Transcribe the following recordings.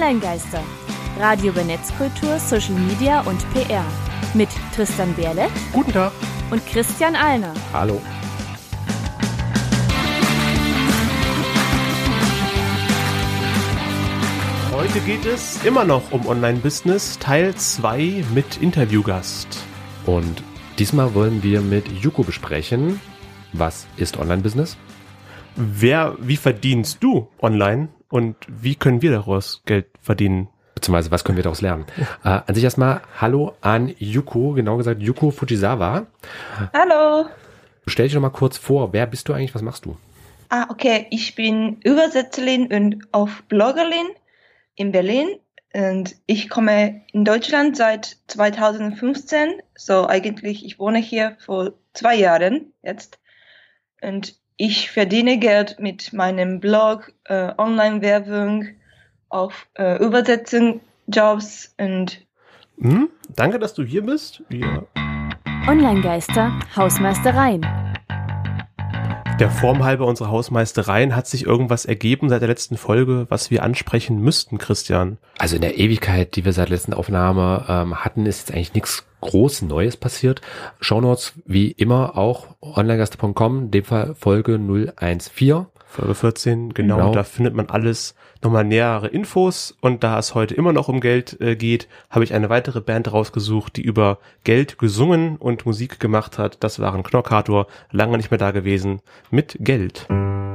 Online-Geister. Radio über Netzkultur, Social Media und PR. Mit Tristan Berle. Guten Tag. Und Christian Alner. Hallo. Heute geht es immer noch um Online-Business, Teil 2 mit Interviewgast. Und diesmal wollen wir mit Yuko besprechen, was ist Online-Business? Wie verdienst du online und wie können wir daraus Geld verdienen? Beziehungsweise, was können wir daraus lernen? An sich erstmal Hallo an Yuko, genau gesagt Yuko Fujisawa. Hallo. Stell dich doch mal kurz vor, wer bist du eigentlich, was machst du? Okay, ich bin Übersetzerin und auch Bloggerin in Berlin und ich komme in Deutschland seit 2015, so eigentlich, ich wohne hier vor 2 Jahren jetzt und ich verdiene Geld mit meinem Blog, Online-Werbung, auf Übersetzung, Jobs und... Danke, dass du hier bist. Ja. Online-Geister, Hausmeistereien. Der Form halber unserer Hausmeistereien hat sich irgendwas ergeben seit der letzten Folge, was wir ansprechen müssten, Christian. Also in der Ewigkeit, die wir seit der letzten Aufnahme hatten, ist jetzt eigentlich nichts groß Neues passiert. Shownotes wie immer auch onlinegeister.com, in dem Fall Folge 014. Folge 14, genau. Da findet man alles, nochmal nähere Infos. Und da es heute immer noch um Geld geht, habe ich eine weitere Band rausgesucht, die über Geld gesungen und Musik gemacht hat. Das waren Knockator, lange nicht mehr da gewesen, mit Geld.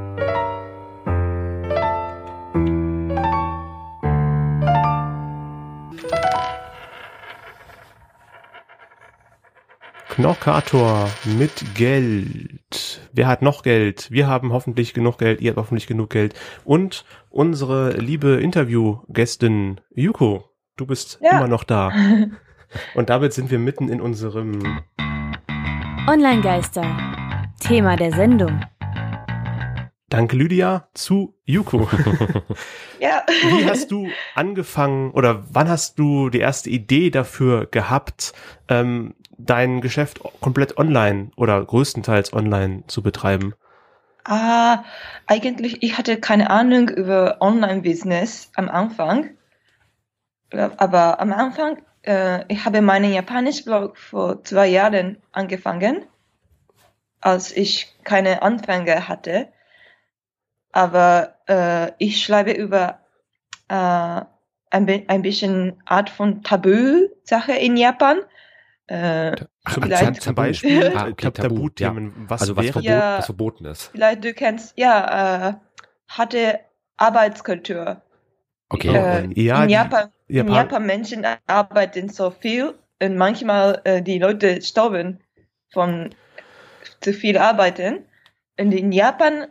Knockator mit Geld. Wer hat noch Geld? Wir haben hoffentlich genug Geld, ihr habt hoffentlich genug Geld. Und unsere liebe Interviewgästin Yuko, du bist immer noch da. Und damit sind wir mitten in unserem Online-Geister. Thema der Sendung. Danke, Lydia, zu Yuko. Ja. Wie hast du angefangen oder wann hast du die erste Idee dafür gehabt, dein Geschäft komplett online oder größtenteils online zu betreiben? Eigentlich, ich hatte keine Ahnung über Online-Business am Anfang. Aber am Anfang, ich habe meinen Japanisch-Blog vor 2 Jahren angefangen, als ich keine Anfänge hatte. Aber ich schreibe über ein bisschen Art von Tabu-Sache in Japan. Zum Beispiel Tabuthemen. Was verboten ist. Vielleicht du kennst, harte Arbeitskultur. Okay. In Japan Menschen arbeiten so viel und manchmal die Leute sterben von zu viel Arbeiten. Und in Japan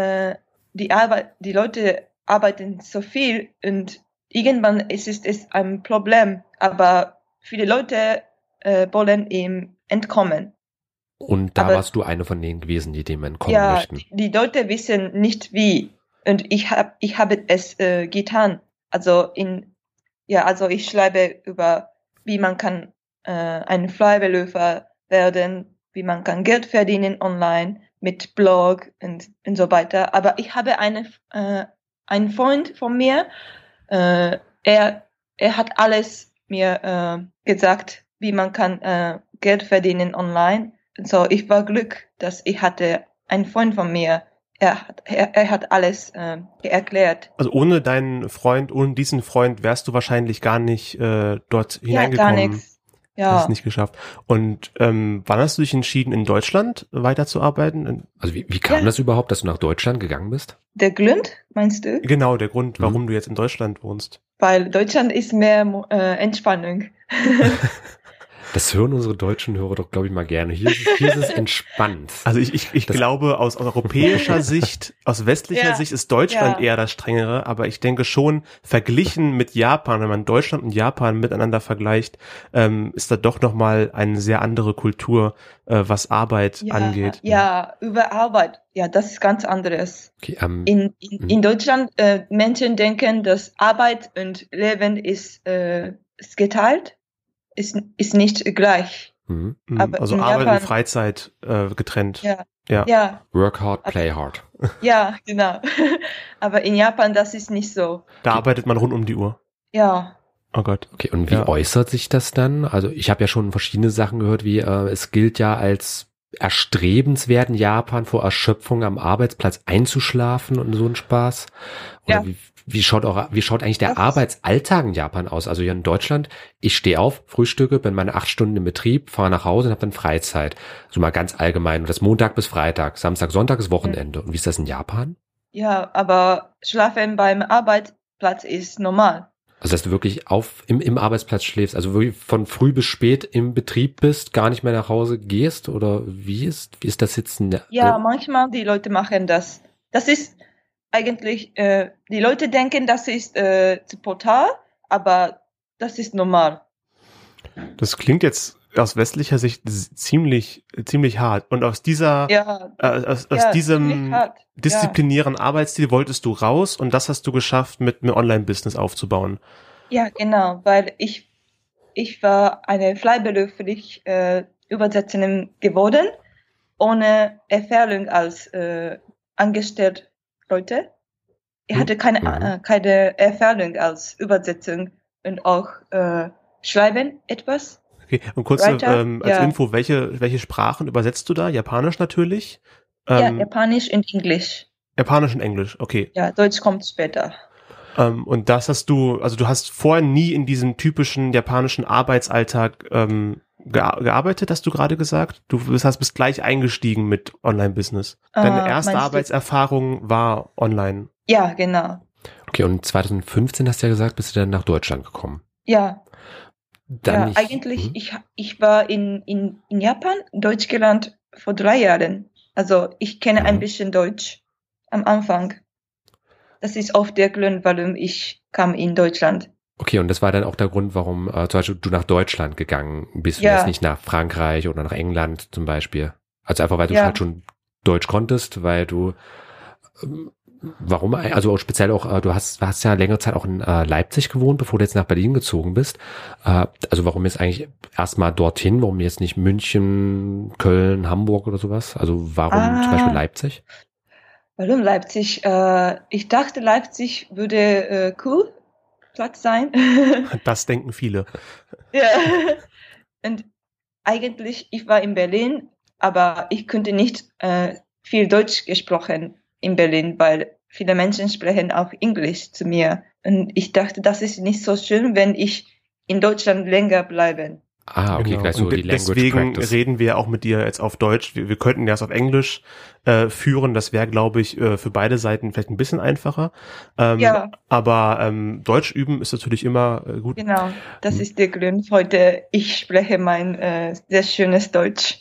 die Leute arbeiten so viel und irgendwann ist es ein Problem. Aber viele Leute wollen ihm entkommen. Und da warst du eine von denen gewesen, die dem entkommen möchten. Ja, die Leute wissen nicht wie. Und ich habe es getan. Also ich schreibe über, wie man kann ein Freiberufler werden, wie man kann Geld verdienen online mit Blog und so weiter. Aber ich habe einen Freund von mir, er hat alles mir gesagt, wie man kann Geld verdienen online. So, ich war Glück, dass ich hatte einen Freund von mir. Er hat alles erklärt. Also ohne deinen Freund, ohne diesen Freund wärst du wahrscheinlich gar nicht dort hineingekommen. Ja, gar nichts. Ja. Hast es nicht geschafft. Und wann hast du dich entschieden, in Deutschland weiterzuarbeiten? Also wie kam das überhaupt, dass du nach Deutschland gegangen bist? Der Grund, meinst du? Genau, der Grund, warum du jetzt in Deutschland wohnst. Weil Deutschland ist mehr Entspannung. Das hören unsere deutschen Hörer doch, glaube ich, mal gerne. Hier ist es entspannt. Also ich glaube, aus europäischer Sicht, aus westlicher Sicht ist Deutschland eher das Strengere, aber ich denke schon, verglichen mit Japan, wenn man Deutschland und Japan miteinander vergleicht, ist da doch nochmal eine sehr andere Kultur, was Arbeit angeht. Ja, über Arbeit. Ja, das ist ganz anderes. Okay, in Deutschland, Menschen denken, dass Arbeit und Leben ist geteilt. Ist nicht gleich. Aber also Arbeit und Freizeit getrennt. Ja. Work hard, play hard. Ja, genau. Aber in Japan, das ist nicht so. Da arbeitet man rund um die Uhr. Ja. Oh Gott. Okay, und wie äußert sich das dann? Also ich habe ja schon verschiedene Sachen gehört, wie es gilt ja als erstrebenswert in Japan vor Erschöpfung am Arbeitsplatz einzuschlafen und so ein Spaß. Oder Ja. wie schaut eigentlich der Das ist- Arbeitsalltag in Japan aus? Also hier in Deutschland, ich stehe auf, frühstücke, bin meine 8 Stunden im Betrieb, fahre nach Hause und habe dann Freizeit. So mal ganz allgemein. Und das Montag bis Freitag, Samstag, Sonntag ist Wochenende. Und wie ist das in Japan? Ja, aber Schlafen beim Arbeitsplatz ist normal. Also dass du wirklich im Arbeitsplatz schläfst, also wirklich von früh bis spät im Betrieb bist, gar nicht mehr nach Hause gehst, oder wie ist das jetzt? Ja, manchmal die Leute machen das. Das ist eigentlich, die Leute denken, das ist zu brutal, aber das ist normal. Das klingt jetzt aus westlicher Sicht ziemlich hart. Und aus dieser, Ja, aus ja, diesem ziemlich hart. disziplinären Arbeitsstil wolltest du raus und das hast du geschafft, mit einem Online-Business aufzubauen. Ja, genau, weil ich war eine freiberuflich Übersetzerin geworden, ohne Erfahrung als angestellte Leute. Ich hatte keine Erfahrung als Übersetzung und auch schreiben etwas. Okay, und kurz als Info, welche Sprachen übersetzt du da? Japanisch natürlich? Ja, Japanisch und Englisch. Japanisch und Englisch, okay. Ja, Deutsch kommt später. Und das hast du hast vorher nie in diesem typischen japanischen Arbeitsalltag gearbeitet, hast du gerade gesagt? Du bist gleich eingestiegen mit Online-Business. Deine erste Arbeitserfahrung war online. Ja, genau. Okay, und 2015 hast du ja gesagt, bist du dann nach Deutschland gekommen. Ja. Dann eigentlich, ich war in Japan Deutsch gelernt vor 3 Jahren. Also ich kenne ein bisschen Deutsch am Anfang. Das ist oft der Grund, warum ich kam in Deutschland. Okay, und das war dann auch der Grund, warum zum Beispiel du nach Deutschland gegangen bist und jetzt nicht nach Frankreich oder nach England zum Beispiel. Also einfach, weil du halt schon Deutsch konntest, weil du warum? Also speziell auch, du hast ja längere Zeit auch in Leipzig gewohnt, bevor du jetzt nach Berlin gezogen bist. Also warum jetzt eigentlich erstmal dorthin? Warum jetzt nicht München, Köln, Hamburg oder sowas? Also warum zum Beispiel Leipzig? Warum Leipzig? Ich dachte, Leipzig würde cool Platz sein. Das denken viele. Ja. Und eigentlich, ich war in Berlin, aber ich konnte nicht viel Deutsch gesprochen in Berlin, weil viele Menschen sprechen auch Englisch zu mir. Und ich dachte, das ist nicht so schön, wenn ich in Deutschland länger bleibe. Ah, okay, genau. gleich so und die Language deswegen Practice. reden wir auch mit dir jetzt auf Deutsch. Wir könnten das auf Englisch führen. Das wäre, glaube ich, für beide Seiten vielleicht ein bisschen einfacher. Aber Deutsch üben ist natürlich immer gut. Genau, das ist der Grund heute. Ich spreche mein sehr schönes Deutsch.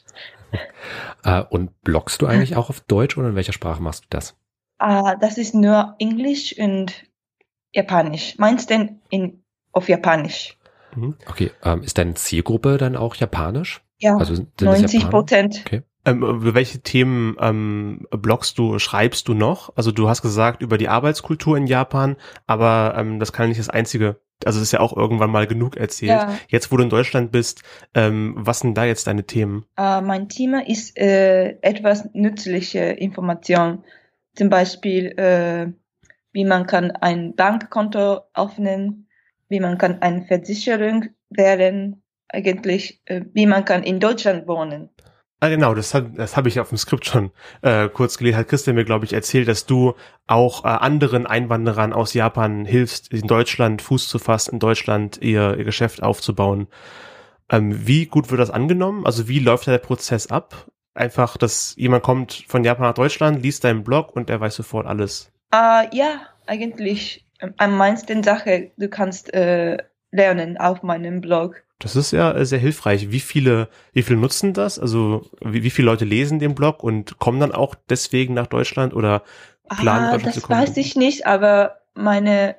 Und bloggst du eigentlich auch auf Deutsch oder in welcher Sprache machst du das? Das ist nur Englisch und Japanisch. Meins denn auf Japanisch. Okay, ist deine Zielgruppe dann auch japanisch? Ja, also 90%. Okay. Über welche Themen bloggst du, schreibst du noch? Also du hast gesagt über die Arbeitskultur in Japan, aber das kann ja nicht das Einzige, also das ist ja auch irgendwann mal genug erzählt. Ja. Jetzt, wo du in Deutschland bist, was sind da jetzt deine Themen? Mein Thema ist etwas nützliche Information. Zum Beispiel, wie man kann ein Bankkonto öffnen, wie man kann eine Versicherung wählen, eigentlich, wie man kann in Deutschland wohnen. Genau, das habe ich auf dem Skript schon kurz gelesen. Hat Christian mir, glaube ich, erzählt, dass du auch anderen Einwanderern aus Japan hilfst, in Deutschland Fuß zu fassen, in Deutschland ihr Geschäft aufzubauen. Wie gut wird das angenommen? Also wie läuft da der Prozess ab? Einfach, dass jemand kommt von Japan nach Deutschland, liest deinen Blog und er weiß sofort alles. Ja, eigentlich am meisten Sache, du kannst lernen auf meinem Blog. Das ist ja sehr hilfreich. Wie viele nutzen das? Also wie viele Leute lesen den Blog und kommen dann auch deswegen nach Deutschland oder planen Deutschland zu kommen? Das weiß ich nicht, aber meine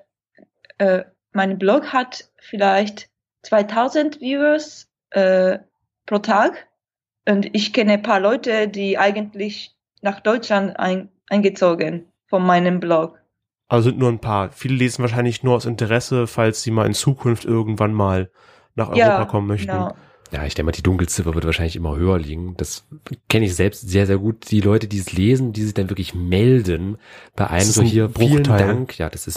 Blog hat vielleicht 2000 Viewers pro Tag und ich kenne ein paar Leute, die eigentlich nach Deutschland eingezogen von meinem Blog. Also sind nur ein paar. Viele lesen wahrscheinlich nur aus Interesse, falls sie mal in Zukunft irgendwann mal nach Europa kommen möchten. Genau. Ja, ich denke mal, die Dunkelziffer wird wahrscheinlich immer höher liegen. Das kenne ich selbst sehr, sehr gut. Die Leute, die es lesen, die sich dann wirklich melden bei einem so hier, vielen Dank. Ja, das ist ein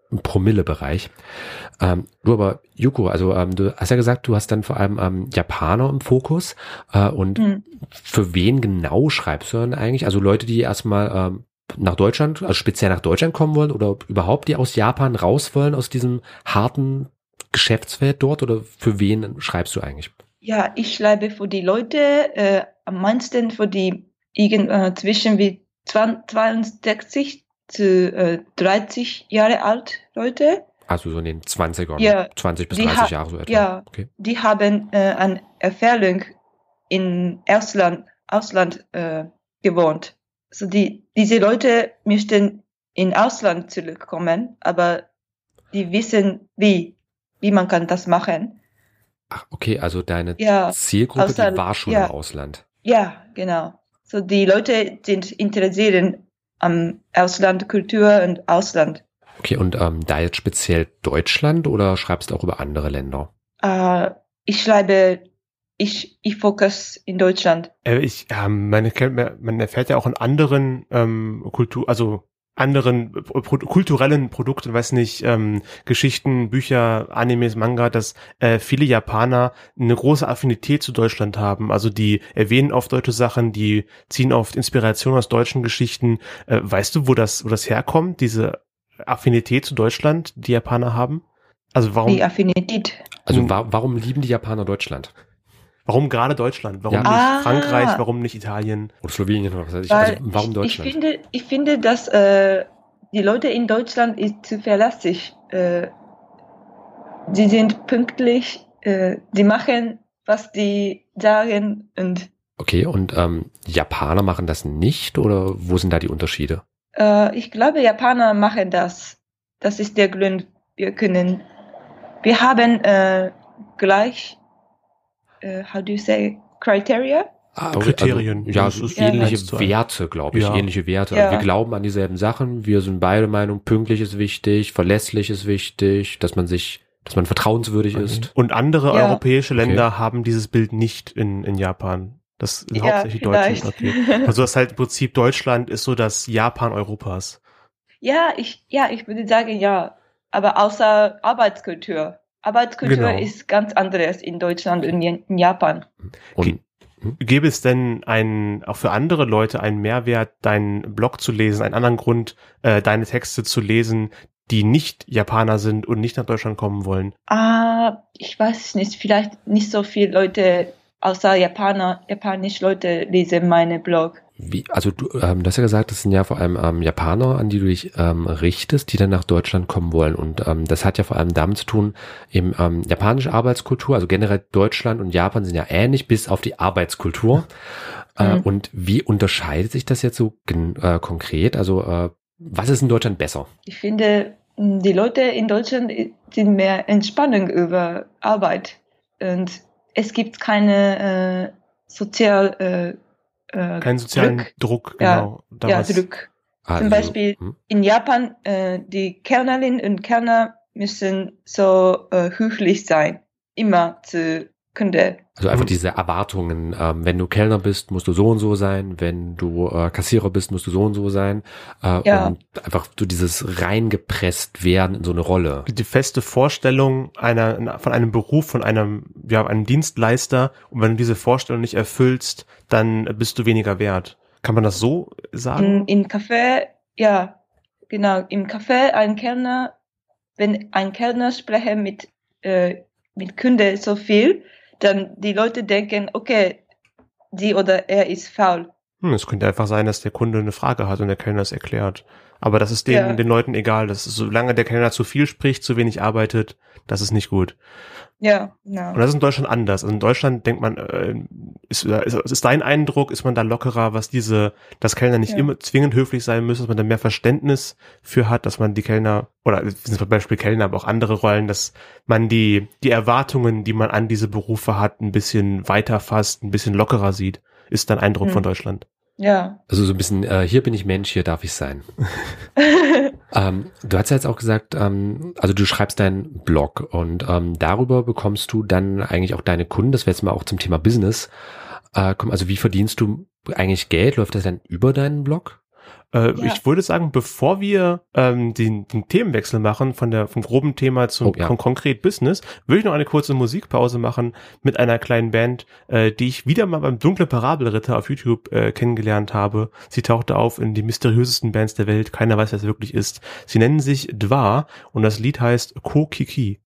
Promille-Bereich. Du aber, Yuko, also du hast ja gesagt, du hast dann vor allem Japaner im Fokus und für wen genau schreibst du dann eigentlich? Also Leute, die erstmal nach Deutschland, also speziell nach Deutschland kommen wollen oder überhaupt die aus Japan raus wollen, aus diesem harten Geschäftsfeld dort, oder für wen schreibst du eigentlich? Ja, ich schreibe für die Leute, am meisten für die zwischen wie 62 zu 30 Jahre alt Leute. Also so in den 20ern, 20 bis 30 Jahre so etwa. Ja, okay. Die haben eine Erfahrung in Ausland gewohnt. Also diese Leute möchten in Ausland zurückkommen, aber die wissen, wie man kann das machen. Ach, okay, also deine Zielgruppe, die war schon im Ausland. Ja, genau. So die Leute sind interessiert am Ausland, Kultur und Ausland. Okay, und da jetzt speziell Deutschland oder schreibst du auch über andere Länder? Ich schreibe, ich fokus in Deutschland. Man erfährt ja auch in anderen anderen kulturellen Produkten, weiß nicht, Geschichten, Bücher, Animes, Manga, dass viele Japaner eine große Affinität zu Deutschland haben. Also die erwähnen oft deutsche Sachen, die ziehen oft Inspiration aus deutschen Geschichten. Weißt du, wo das herkommt, diese Affinität zu Deutschland, die Japaner haben? Also warum? Die Affinität. Also warum lieben die Japaner Deutschland? Warum gerade Deutschland? Warum nicht Frankreich? Warum nicht Italien? Oder Slowenien oder was weiß ich. Also warum Deutschland? Ich finde, dass die Leute in Deutschland ist zuverlässig. Sie sind pünktlich. Sie machen, was die sagen. Okay, und Japaner machen das nicht? Oder wo sind da die Unterschiede? Ich glaube, Japaner machen das. Das ist der Grund. Wir haben how do you say, Criteria? Kriterien. Also, ja, so ähnliche Werte, glaube ich. Ja. Ähnliche Werte. Ja. Also wir glauben an dieselben Sachen. Wir sind beide Meinung, pünktlich ist wichtig, verlässlich ist wichtig, dass man vertrauenswürdig ist. Und andere europäische Länder haben dieses Bild nicht in Japan. Das sind hauptsächlich Deutschland. Okay. Also das halt im Prinzip Deutschland ist so das Japan Europas. Ja, ich würde sagen, ja. Aber außer Arbeitskultur. Arbeitskultur ist ganz anderes in Deutschland und in Japan. Und gäbe es denn auch für andere Leute einen Mehrwert, deinen Blog zu lesen, einen anderen Grund, deine Texte zu lesen, die nicht Japaner sind und nicht nach Deutschland kommen wollen? Ich weiß nicht, vielleicht nicht so viele Leute außer japanische Leute lesen meine Blog. Also du hast ja gesagt, das sind ja vor allem Japaner, an die du dich richtest, die dann nach Deutschland kommen wollen. Und das hat ja vor allem damit zu tun, eben japanische Arbeitskultur, also generell Deutschland und Japan sind ja ähnlich, bis auf die Arbeitskultur. Und wie unterscheidet sich das jetzt so konkret? Also was ist in Deutschland besser? Ich finde, die Leute in Deutschland sind mehr Entspannung über Arbeit. Und es gibt keine keinen sozialen Druck, genau. Druck. Zum Beispiel in Japan, die Kellnerinnen und Kellner müssen so höflich sein, immer zu Kunden. Also einfach diese Erwartungen, wenn du Kellner bist, musst du so und so sein, wenn du Kassierer bist, musst du so und so sein. Und einfach so dieses reingepresst werden in so eine Rolle. Die feste Vorstellung von einem Beruf, von einem Dienstleister, und wenn du diese Vorstellung nicht erfüllst, dann bist du weniger wert. Kann man das so sagen? Im Café, ja, genau. Im Café wenn ein Kellner spreche mit Kunden so viel, dann die Leute denken, okay, sie oder er ist faul. Es könnte einfach sein, dass der Kunde eine Frage hat und der Kellner es erklärt. Aber das ist den Leuten egal. Das ist, solange der Kellner zu viel spricht, zu wenig arbeitet, das ist nicht gut. Ja, genau. Und das ist in Deutschland anders. Also in Deutschland denkt man, ist dein Eindruck, ist man da lockerer, dass Kellner nicht immer zwingend höflich sein müssen, dass man da mehr Verständnis für hat, dass man die Kellner, oder zum Beispiel Kellner, aber auch andere Rollen, dass man die Erwartungen, die man an diese Berufe hat, ein bisschen weiter fasst, ein bisschen lockerer sieht, ist dein Eindruck von Deutschland. Ja. Also so ein bisschen, hier bin ich Mensch, hier darf ich sein. Du hast ja jetzt auch gesagt, also du schreibst deinen Blog und darüber bekommst du dann eigentlich auch deine Kunden, das wäre jetzt mal auch zum Thema Business, also wie verdienst du eigentlich Geld? Läuft das dann über deinen Blog? Ich würde sagen, bevor wir den Themenwechsel machen vom groben Thema zum konkret Business, würde ich noch eine kurze Musikpause machen mit einer kleinen Band, die ich wieder mal beim Dunkle Parabelritter auf YouTube kennengelernt habe. Sie tauchte auf in die mysteriösesten Bands der Welt. Keiner weiß, wer es wirklich ist. Sie nennen sich Dwa und das Lied heißt Ko Kiki.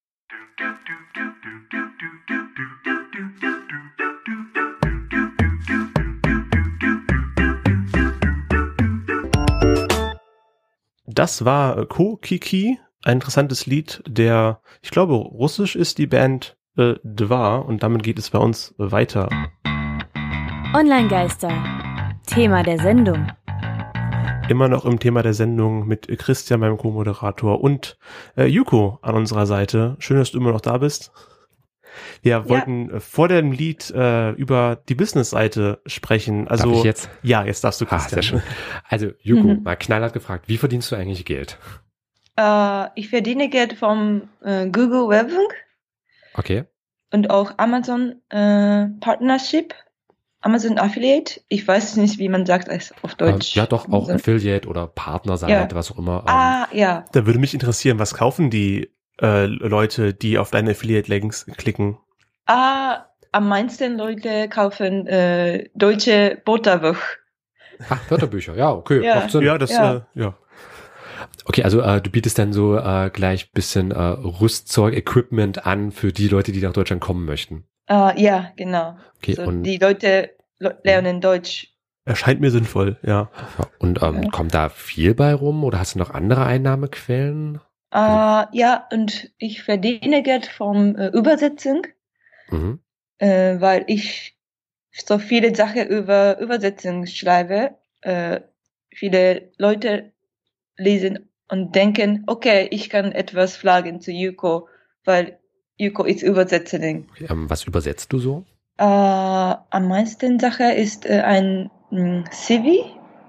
Das war Ko Kiki, ein interessantes Lied, ich glaube, russisch ist die Band Dwa und damit geht es bei uns weiter. Online-Geister, Thema der Sendung. Immer noch im Thema der Sendung mit Christian, meinem Co-Moderator, und Yuko an unserer Seite. Schön, dass du immer noch da bist. Wir wollten vor dem Lied über die Business-Seite sprechen. Also, darf ich jetzt? Ja, jetzt darfst du, Christian. Sehr schön. Also, Yuko, mal knallhart gefragt, wie verdienst du eigentlich Geld? Ich verdiene Geld vom Google Werbung. Okay. Und auch Amazon Partnership, Amazon Affiliate. Ich weiß nicht, wie man sagt es auf Deutsch. Ja, doch, auch Affiliate oder Partnerseite, was auch immer. Ja. Da würde mich interessieren, was kaufen die Leute, die auf deine Affiliate-Links klicken? Am meisten Leute kaufen deutsche Wörterbuch. Ach, Wörterbücher, ja, okay. Ja. Macht Sinn. Ja, das, ja. Okay, also du bietest dann so gleich bisschen Rüstzeug, Equipment an für die Leute, die nach Deutschland kommen möchten. Ja, genau. Okay, so, und die Leute lernen Deutsch. Erscheint mir sinnvoll, ja. Und kommt da viel bei rum oder hast du noch andere Einnahmequellen? Ja, und ich verdiene Geld vom Übersetzung, weil ich so viele Sachen über Übersetzung schreibe. Viele Leute lesen und denken, okay, ich kann etwas fragen zu Yuko, weil Yuko ist Übersetzerin. Okay, was übersetzt du so? Am meisten Sache ist ein CV.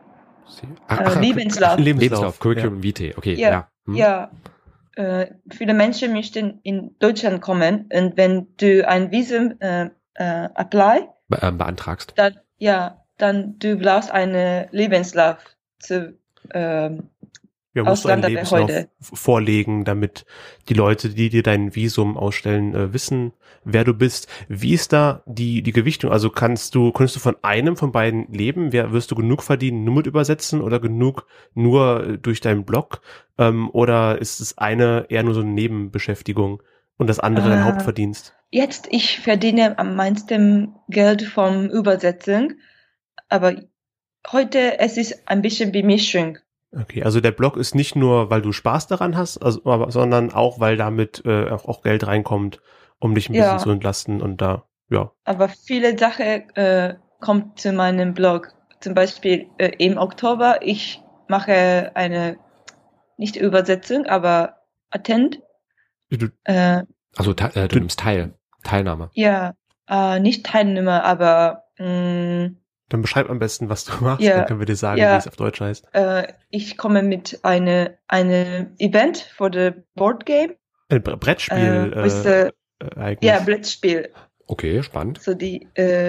Lebenslauf, Curriculum Vitae, okay. Ja. Viele Menschen möchten in Deutschland kommen und wenn du ein Visum beantragst, dann du brauchst einen Lebenslauf zu musst du einen Lebenslauf vorlegen, damit die Leute, die dir dein Visum ausstellen, wissen, wer du bist. Wie ist da die Gewichtung? Also könntest du von einem von beiden leben? Wirst du genug verdienen, nur mit Übersetzen oder genug nur durch deinen Blog? Oder ist das eine eher nur so eine Nebenbeschäftigung und das andere dein Hauptverdienst? Jetzt, ich verdiene am meisten Geld vom Übersetzen, aber heute es ist ein bisschen Bemischung. Okay, also der Blog ist nicht nur, weil du Spaß daran hast, sondern auch, weil damit auch Geld reinkommt, um dich ein bisschen zu entlasten und da, ja. Aber viele Sachen kommt zu meinem Blog. Zum Beispiel im Oktober, ich mache eine, nicht Übersetzung, aber Attend. Also du nimmst Teilnahme. Ja, nicht Teilnahme, aber dann beschreib am besten, was du machst, dann können wir dir sagen, wie es auf Deutsch heißt. Ich komme mit einem Event für das Board Game. Ein Brettspiel eigentlich. Ja, Brettspiel. Okay, spannend. So the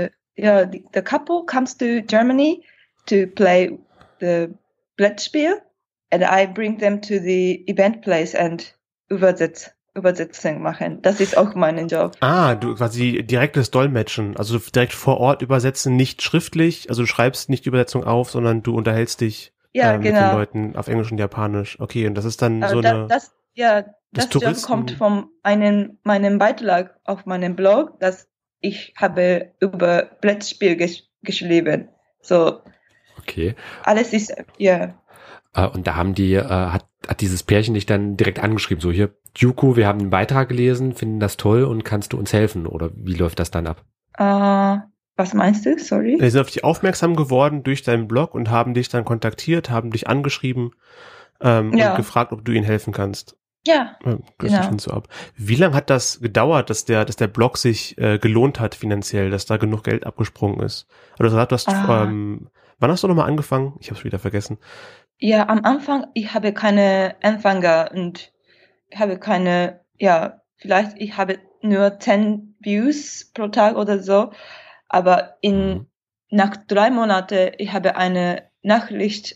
couple comes to Germany to play the Brettspiel and I bring them to the event place and Übersetzung machen. Das ist auch mein Job. Du quasi direktes Dolmetschen, also direkt vor Ort übersetzen, nicht schriftlich, also du schreibst nicht die Übersetzung auf, sondern du unterhältst dich mit den Leuten auf Englisch und Japanisch. Okay, und das ist dann so das Job kommt von meinem Beitrag auf meinem Blog, dass ich habe über Brettspiel geschrieben. So. Okay. Alles ist, und da haben hat dieses Pärchen dich dann direkt angeschrieben, so hier, Yuko, wir haben den Beitrag gelesen, finden das toll und kannst du uns helfen? Oder wie läuft das dann ab? Was meinst du? Sorry? Sie sind auf dich aufmerksam geworden durch deinen Blog und haben dich dann kontaktiert, haben dich angeschrieben und gefragt, ob du ihnen helfen kannst. Ja, genau. So ab. Wie lange hat das gedauert, dass der Blog sich gelohnt hat finanziell, dass da genug Geld abgesprungen ist? Also du hast wann hast du nochmal angefangen? Ich habe es wieder vergessen. Ja, am Anfang, ich habe keine Anfänger und ich habe vielleicht ich habe nur 10 Views pro Tag oder so, aber nach 3 Monaten, ich habe eine Nachricht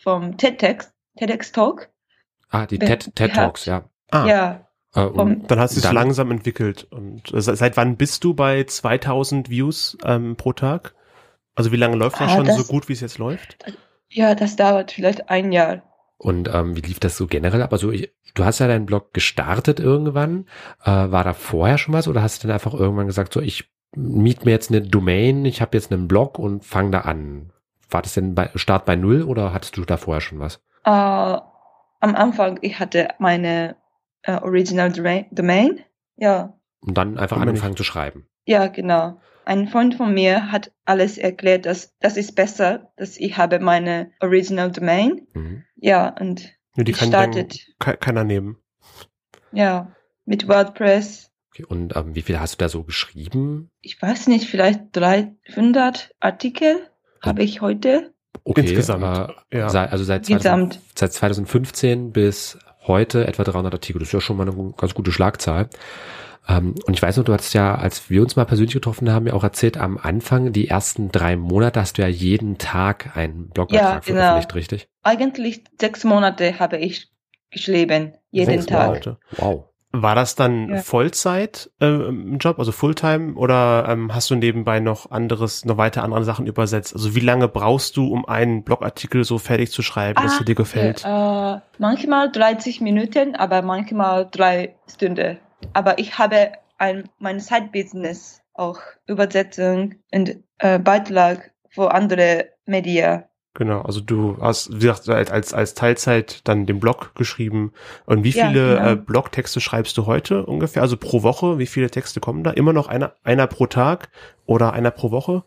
vom TEDx Talk. Die TED Talks, ja. Ja. Dann hast du es langsam entwickelt. Und seit wann bist du bei 2000 Views pro Tag? Also wie lange läuft das schon so gut, wie es jetzt läuft? Ja, das dauert vielleicht ein Jahr. Und wie lief das so generell ab? Also du hast ja deinen Blog gestartet irgendwann. War da vorher schon was oder hast du dann einfach irgendwann gesagt, so ich miete mir jetzt eine Domain, ich habe jetzt einen Blog und fange da an? War das denn Start bei Null oder hattest du da vorher schon was? Am Anfang, ich hatte meine Original Domain, ja. Und dann einfach angefangen zu schreiben. Ja, genau. Ein Freund von mir hat alles erklärt, dass das ist besser, dass ich habe meine Original Domain. Ja, und die startet. Keiner nehmen. Ja, mit WordPress. Okay, und wie viel hast du da so geschrieben? Ich weiß nicht, vielleicht 300 Artikel habe ich heute. Okay, insgesamt. Also seit 2015 bis heute etwa 300 Artikel. Das ist ja schon mal eine ganz gute Schlagzahl. Und ich weiß noch, du hattest ja, als wir uns mal persönlich getroffen haben, ja auch erzählt, am Anfang, die ersten 3 Monate hast du ja jeden Tag einen Blogbeitrag veröffentlicht, richtig? Eigentlich 6 Monate habe ich geschrieben, jeden Tag. Monate. Wow. War das dann Vollzeit im Job, also Fulltime, oder hast du nebenbei noch weiter andere Sachen übersetzt? Also wie lange brauchst du, um einen Blogartikel so fertig zu schreiben, dass er dir gefällt? Manchmal 30 Minuten, aber manchmal 3 Stunden. Aber ich habe mein Side-Business, auch Übersetzung und Beitrag für andere Medien. Genau, also du hast, wie gesagt, als Teilzeit dann den Blog geschrieben. Und wie viele Blogtexte schreibst du heute ungefähr? Also pro Woche, wie viele Texte kommen da? Immer noch einer pro Tag oder einer pro Woche?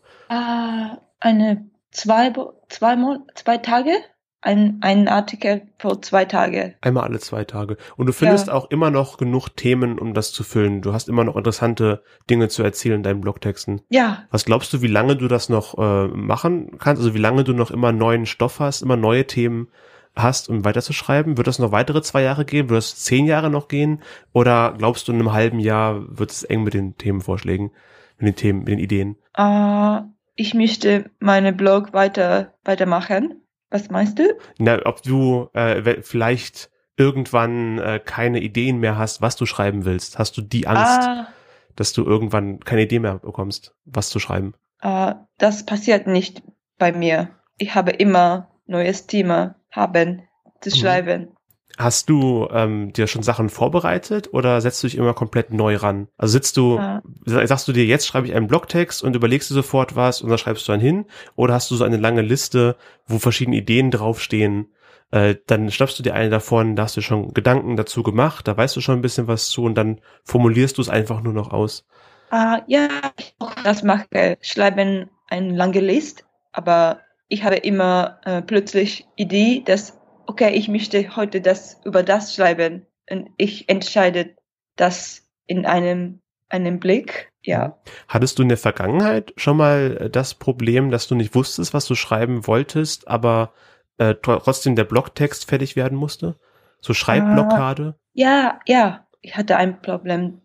2 Tage. Ein Artikel pro 2 Tage. Einmal alle 2 Tage. Und du findest auch immer noch genug Themen, um das zu füllen. Du hast immer noch interessante Dinge zu erzählen in deinen Blogtexten. Ja. Was glaubst du, wie lange du das noch machen kannst? Also wie lange du noch immer neuen Stoff hast, immer neue Themen hast, um weiterzuschreiben? Wird das noch weitere 2 Jahre gehen? Wird das 10 Jahre noch gehen? Oder glaubst du, in einem halben Jahr wird es eng mit den Themenvorschlägen, mit den Ideen? Ich möchte meine Blog weitermachen. Was meinst du? Na, ob du vielleicht irgendwann keine Ideen mehr hast, was du schreiben willst. Hast du die Angst, dass du irgendwann keine Idee mehr bekommst, was zu schreiben? Das passiert nicht bei mir. Ich habe immer neues Thema zu schreiben. Hast du dir schon Sachen vorbereitet oder setzt du dich immer komplett neu ran? Also sagst du dir, jetzt schreibe ich einen Blogtext und überlegst du sofort was und dann schreibst du dann hin? Oder hast du so eine lange Liste, wo verschiedene Ideen draufstehen? Dann schnappst du dir eine davon, da hast du schon Gedanken dazu gemacht, da weißt du schon ein bisschen was zu und dann formulierst du es einfach nur noch aus. Ja, das mache ich. Schreiben eine lange Liste, aber ich habe immer plötzlich Idee, dass okay, ich möchte heute über das schreiben und ich entscheide das in einem Blick, ja. Hattest du in der Vergangenheit schon mal das Problem, dass du nicht wusstest, was du schreiben wolltest, aber trotzdem der Blogtext fertig werden musste? So Schreibblockade? Ja, ich hatte ein Problem,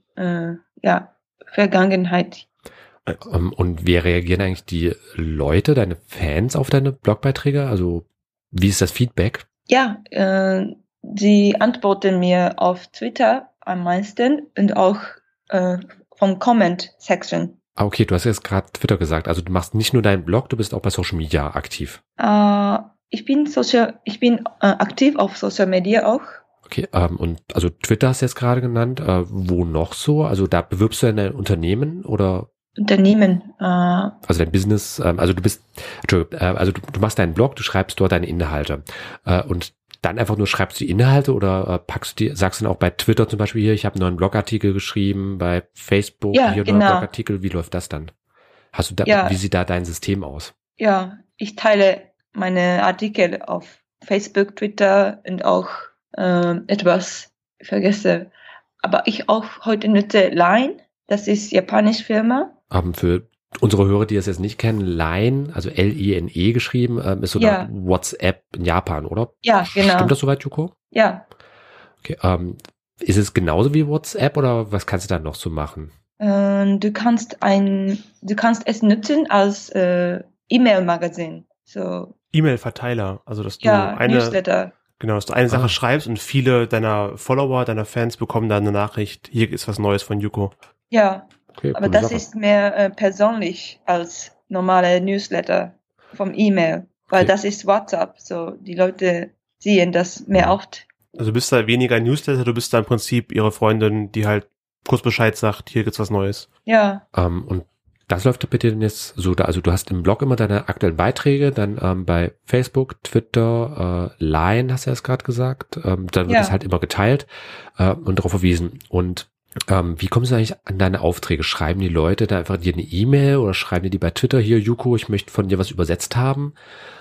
Vergangenheit. Und wie reagieren eigentlich die Leute, deine Fans auf deine Blogbeiträge? Also wie ist das Feedback? Ja, sie antworten mir auf Twitter am meisten und auch vom Comment-Section. Okay, du hast jetzt gerade Twitter gesagt. Also du machst nicht nur deinen Blog, du bist auch bei Social Media aktiv. Ich bin aktiv auf Social Media auch. Okay, und also Twitter hast du jetzt gerade genannt. Wo noch so? Also da bewirbst du ein Unternehmen oder? Unternehmen. Also dein Business, also du machst deinen Blog, du schreibst dort deine Inhalte und dann einfach nur schreibst du die Inhalte oder sagst du dann auch bei Twitter zum Beispiel hier, ich habe einen neuen Blogartikel geschrieben, bei Facebook hier einen neuen Blogartikel, wie läuft das dann? Wie sieht da dein System aus? Ja, ich teile meine Artikel auf Facebook, Twitter und auch etwas vergesse. Aber ich auch heute nutze Line, das ist japanische Firma. Für unsere Hörer, die das jetzt nicht kennen, Line, also L-I-N-E geschrieben, ist so eine WhatsApp in Japan, oder? Ja, genau. Stimmt das soweit, Yuko? Ja. Okay, ist es genauso wie WhatsApp oder was kannst du da noch so machen? Du kannst es nutzen als E-Mail-Magazin. So. E-Mail-Verteiler, also dass du Newsletter. Genau, dass du eine Sache schreibst und viele deiner Follower, deiner Fans bekommen dann eine Nachricht, hier ist was Neues von Yuko. Ja, okay, aber das ist mehr persönlich als normale Newsletter vom E-Mail, weil das ist WhatsApp, so die Leute sehen das mehr oft. Also du bist da weniger Newsletter, du bist da im Prinzip ihre Freundin, die halt kurz Bescheid sagt, hier gibt's was Neues. Ja. Und das läuft bei dir denn jetzt so, also du hast im Blog immer deine aktuellen Beiträge, dann bei Facebook, Twitter, Line, hast du ja gerade gesagt, dann wird das halt immer geteilt und darauf verwiesen. Und wie kommst du eigentlich an deine Aufträge? Schreiben die Leute da einfach dir eine E-Mail oder schreiben die bei Twitter, hier Yuko, ich möchte von dir was übersetzt haben?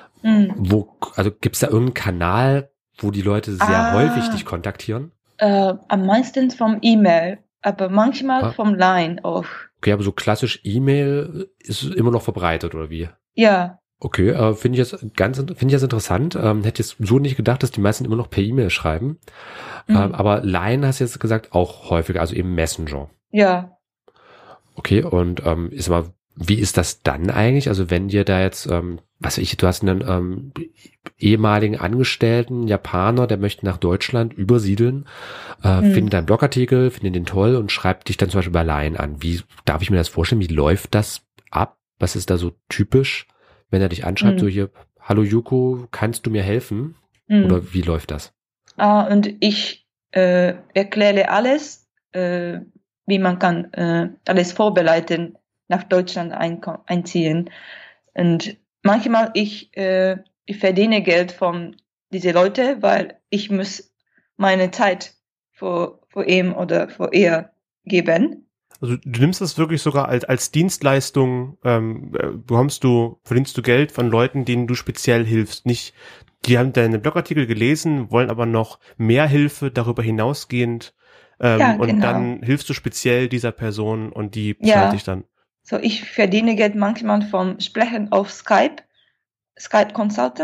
Also gibt's da irgendeinen Kanal, wo die Leute sehr häufig dich kontaktieren? Am meisten vom E-Mail, aber manchmal vom Line auch. Okay, aber so klassisch E-Mail ist immer noch verbreitet, oder wie? Ja. Okay, finde ich jetzt interessant. Hätte jetzt so nicht gedacht, dass die meisten immer noch per E-Mail schreiben. Aber Line hast du jetzt gesagt auch häufiger, also eben Messenger. Ja. Okay, und wie ist das dann eigentlich? Also wenn dir da jetzt, du hast einen ehemaligen Angestellten, Japaner, der möchte nach Deutschland übersiedeln, findet deinen Blogartikel, findet den toll und schreibt dich dann zum Beispiel bei Line an. Wie darf ich mir das vorstellen? Wie läuft das ab? Was ist da so typisch, wenn er dich anschreibt, so hier, hallo Yuko, kannst du mir helfen? Oder wie läuft das? Und ich erkläre alles, wie man kann alles vorbereiten, nach Deutschland einziehen. Und manchmal ich verdiene Geld von diese Leute, weil ich muss meine Zeit für ihn oder für ihr geben. Also du nimmst das wirklich sogar als Dienstleistung, verdienst du Geld von Leuten, denen du speziell hilfst. Nicht, die haben deine Blogartikel gelesen, wollen aber noch mehr Hilfe darüber hinausgehend. Und dann hilfst du speziell dieser Person und die bezahlt dich dann. So, ich verdiene Geld manchmal vom Sprechen auf Skype Consulting.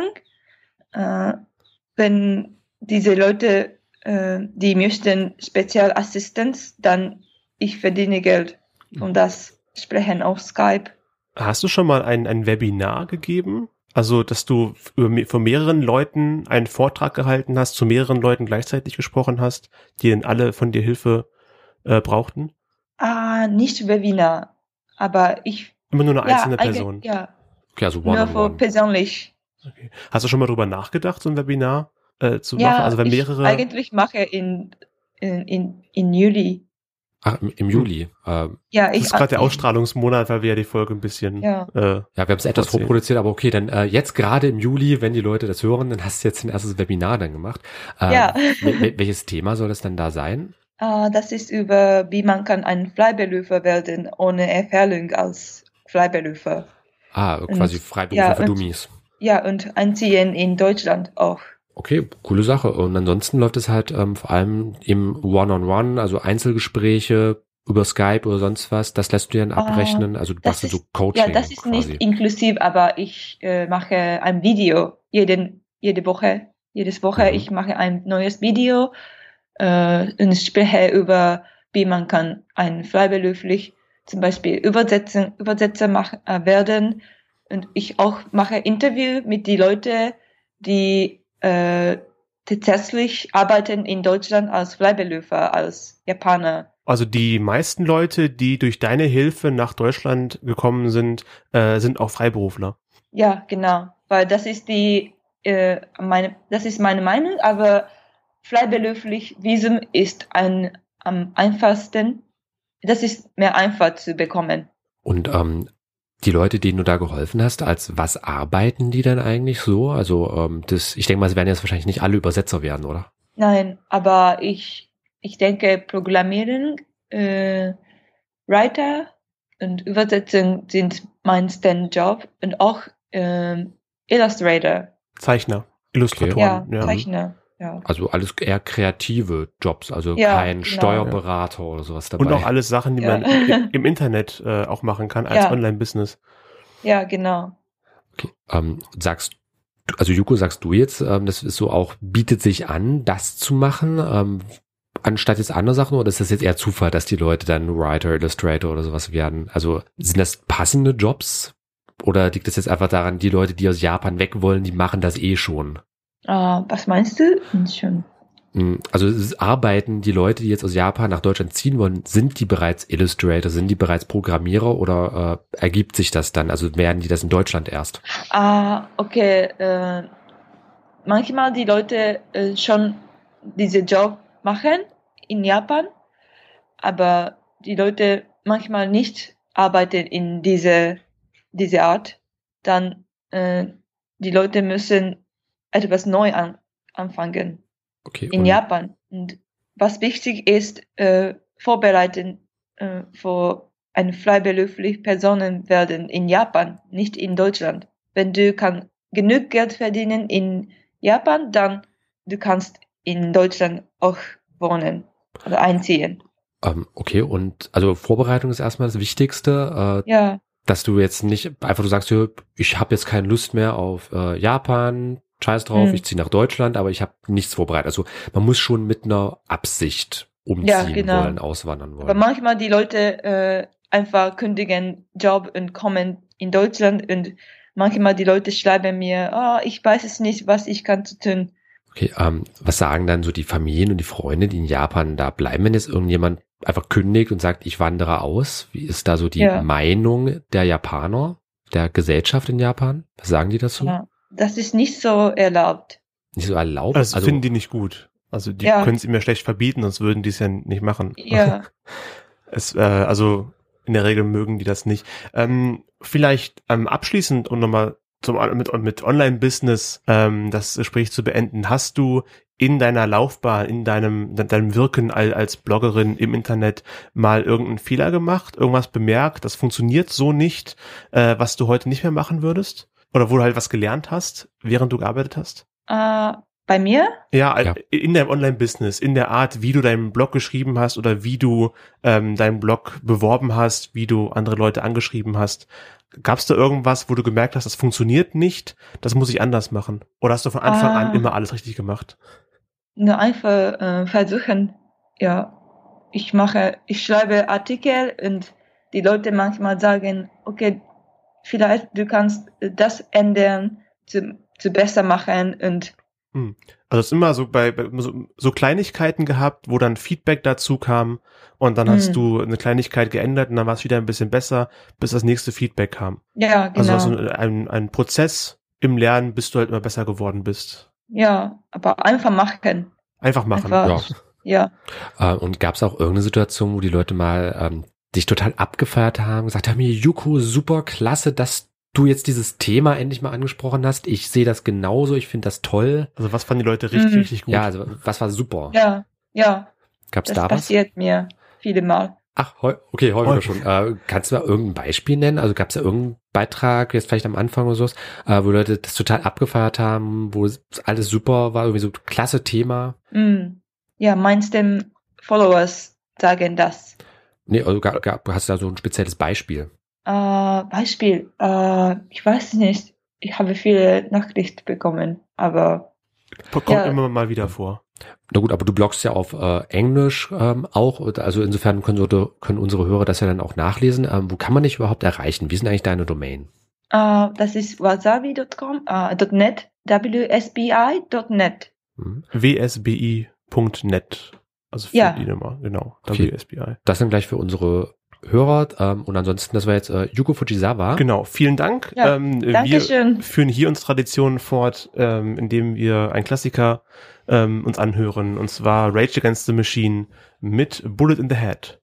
Wenn diese Leute, die möchten Spezialassistenz, dann ich verdiene Geld von das Sprechen auf Skype. Hast du schon mal ein Webinar gegeben? Also, dass du von mehreren Leuten einen Vortrag gehalten hast, zu mehreren Leuten gleichzeitig gesprochen hast, die dann alle von dir Hilfe brauchten? Nicht Webinar. Aber immer nur eine einzelne Person. Ja. Okay, also nur für persönlich. Okay. Hast du schon mal drüber nachgedacht, so ein Webinar zu machen? Also wenn mehrere. Eigentlich mache in Juli. Ach, im Juli. Das ist gerade der Ausstrahlungsmonat, weil wir ja die Folge ein bisschen. Wir haben es etwas vorproduziert, aber okay, dann jetzt gerade im Juli, wenn die Leute das hören, dann hast du jetzt ein erstes Webinar dann gemacht. Welches Thema soll das dann da sein? Das ist über, wie man kann ein Freiberufler werden, ohne Erfahrung als Freiberufler. Quasi Freiberufler für Dummies. Ja, und einziehen in Deutschland auch. Okay, coole Sache. Und ansonsten läuft es halt vor allem im One-on-One, also Einzelgespräche über Skype oder sonst was. Das lässt du dann abrechnen. Also du machst so Coaching. Ja, das ist quasi nicht inklusiv, aber ich mache ein Video jedes Woche. Ich mache ein neues Video. Und ich spreche über, wie man kann ein freiberuflich zum Beispiel Übersetzer werden. Und ich auch mache Interview mit die Leute, die tatsächlich arbeiten in Deutschland als Freiberufler, als Japaner. Also die meisten Leute, die durch deine Hilfe nach Deutschland gekommen sind, sind auch Freiberufler. Ja, genau. Weil das ist meine Meinung, aber freiberuflich Visum ist am einfachsten. Das ist mehr einfach zu bekommen. Und die Leute, denen du da geholfen hast, als was arbeiten die dann eigentlich so? Also ich denke mal, sie werden jetzt wahrscheinlich nicht alle Übersetzer werden, oder? Nein, aber ich denke, Programmieren, Writer und Übersetzung sind meisten Job und auch Illustrator. Zeichner, Illustratoren. Ja, Zeichner. Ja. Also alles eher kreative Jobs, also kein Steuerberater oder sowas dabei. Und auch alles Sachen, die man im Internet auch machen kann als Online-Business. Ja, genau. Okay. Yuko, sagst du jetzt, das ist so auch, bietet sich an, das zu machen, anstatt jetzt andere Sachen, oder ist das jetzt eher Zufall, dass die Leute dann Writer, Illustrator oder sowas werden? Also sind das passende Jobs Oder liegt es jetzt einfach daran, die Leute, die aus Japan weg wollen, die machen das eh schon? Was meinst du? Schon. Also arbeiten die Leute, die jetzt aus Japan nach Deutschland ziehen wollen, sind die bereits Illustrator, sind die bereits Programmierer oder ergibt sich das dann? Also werden die das in Deutschland erst? Okay. Manchmal die Leute schon diesen Job machen in Japan, aber die Leute manchmal nicht arbeiten in diese Art. Dann die Leute müssen etwas neu anfangen. Okay, in Japan. Und was wichtig ist, vorbereiten für eine freiberufliche Person werden in Japan, nicht in Deutschland. Wenn du genug Geld verdienen in Japan, dann du kannst in Deutschland auch wohnen oder einziehen. Okay, und also Vorbereitung ist erstmal das Wichtigste. Ja. Dass du jetzt nicht einfach du sagst, ich habe jetzt keine Lust mehr auf Japan, scheiß drauf, ich ziehe nach Deutschland, aber ich habe nichts vorbereitet. Also man muss schon mit einer Absicht umziehen wollen, auswandern wollen. Aber manchmal die Leute einfach kündigen Job und kommen in Deutschland und manchmal die Leute schreiben mir, ich weiß es nicht, was ich kann zu tun. Okay, was sagen dann so die Familien und die Freunde, die in Japan da bleiben, wenn jetzt irgendjemand einfach kündigt und sagt, ich wandere aus? Wie ist da so die Meinung der Japaner, der Gesellschaft in Japan? Was sagen die dazu? Ja. Das ist nicht so erlaubt. Nicht so erlaubt? Also finden die nicht gut. Also die können es ihm ja schlecht verbieten, sonst würden die es ja nicht machen. Ja. Also in der Regel mögen die das nicht. Vielleicht abschließend, um nochmal mit Online-Business das Gespräch zu beenden, hast du in deiner Laufbahn, in deinem Wirken als Bloggerin im Internet mal irgendeinen Fehler gemacht, irgendwas bemerkt, das funktioniert so nicht, was du heute nicht mehr machen würdest? Oder wo du halt was gelernt hast, während du gearbeitet hast? Bei mir? Ja, in deinem Online-Business, in der Art, wie du deinen Blog geschrieben hast oder wie du deinen Blog beworben hast, wie du andere Leute angeschrieben hast. Gab es da irgendwas, wo du gemerkt hast, das funktioniert nicht, das muss ich anders machen? Oder hast du von Anfang an immer alles richtig gemacht? Nur einfach versuchen. Ja, ich schreibe Artikel und die Leute manchmal sagen, okay, vielleicht du kannst das ändern, zu besser machen und also es ist immer so bei so Kleinigkeiten gehabt, wo dann Feedback dazu kam und dann hast du eine Kleinigkeit geändert und dann war es wieder ein bisschen besser, bis das nächste Feedback kam. Ja, genau. Also ein Prozess im Lernen, bis du halt immer besser geworden bist. Ja, aber einfach machen. Einfach machen. Ja. Und gab es auch irgendeine Situation, wo die Leute mal dich total abgefeiert haben, gesagt haben, Yuko, super, klasse, dass du jetzt dieses Thema endlich mal angesprochen hast. Ich sehe das genauso, ich finde das toll. Also was fanden die Leute richtig gut? Ja, also was war super? Ja. Gab's da was? Das passiert mir viele Mal. Ach, häufiger schon. Kannst du mal irgendein Beispiel nennen? Also gab es da irgendeinen Beitrag, jetzt vielleicht am Anfang oder sowas, wo Leute das total abgefeiert haben, wo alles super war, irgendwie so klasse Thema? Ja, meinst du, Followers sagen das? Nee, also hast du da so ein spezielles Beispiel? Beispiel, ich weiß nicht. Ich habe viele Nachrichten bekommen, aber kommt immer mal wieder vor. Na gut, aber du bloggst ja auf Englisch auch, also insofern können unsere Hörer das ja dann auch nachlesen. Wo kann man dich überhaupt erreichen? Wie sind eigentlich deine Domain? Das ist wasabi.com, .net, wsbi.net. wsbi.net. Also für die Nummer, genau. Okay. WSBI. Das dann gleich für unsere Hörer und ansonsten, das war jetzt Yuko Fujisawa. Genau, vielen Dank. Ja, Dankeschön. Wir führen hier unsere Tradition fort, indem wir einen Klassiker uns anhören, und zwar Rage Against the Machine mit Bullet in the Head.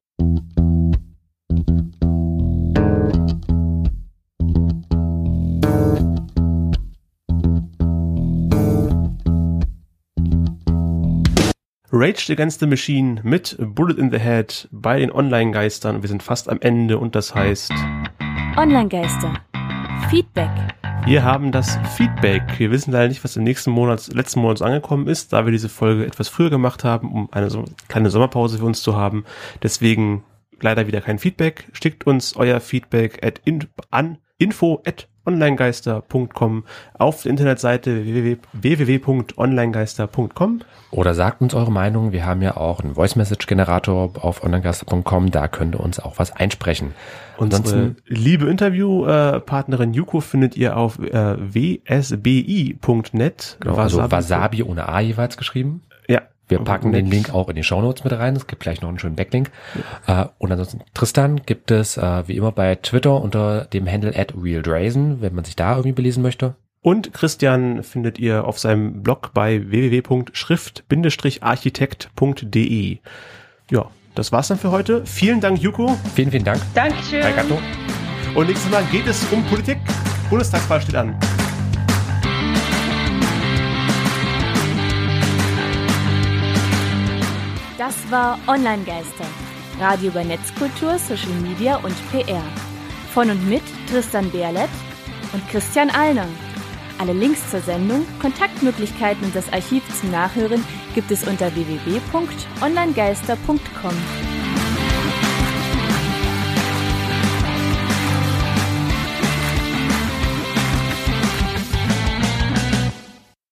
Rage Against the Machine mit Bullet in the Head bei den Online-Geistern. Wir sind fast am Ende und das heißt Online-Geister. Feedback. Wir haben das Feedback. Wir wissen leider nicht, was letzten Monat angekommen ist, da wir diese Folge etwas früher gemacht haben, um eine kleine Sommerpause für uns zu haben. Deswegen leider wieder kein Feedback. Schickt uns euer Feedback an info@ www.onlinegeister.com, auf der Internetseite www.onlinegeister.com. Oder sagt uns eure Meinung. Wir haben ja auch einen Voice-Message-Generator auf onlinegeister.com. Da könnt ihr uns auch was einsprechen. Unsere liebe Interviewpartnerin Yuko findet ihr auf wsbi.net. Genau, also Wasabi ohne A jeweils geschrieben. Ja. Wir packen den Link auch in die Shownotes mit rein. Es gibt gleich noch einen schönen Backlink. Ja. Und ansonsten Tristan gibt es wie immer bei Twitter unter dem Handle @realdrazen, wenn man sich da irgendwie belesen möchte. Und Christian findet ihr auf seinem Blog bei www.schrift-architekt.de. Ja, das war's dann für heute. Vielen Dank, Yuko. Vielen, vielen Dank. Dankeschön. Arigato. Und nächstes Mal geht es um Politik. Bundestagswahl steht an. Das war Online-Geister. Radio über Netzkultur, Social Media und PR. Von und mit Tristan Berlet und Christian Allner. Alle Links zur Sendung, Kontaktmöglichkeiten und das Archiv zum Nachhören gibt es unter www.onlinegeister.com.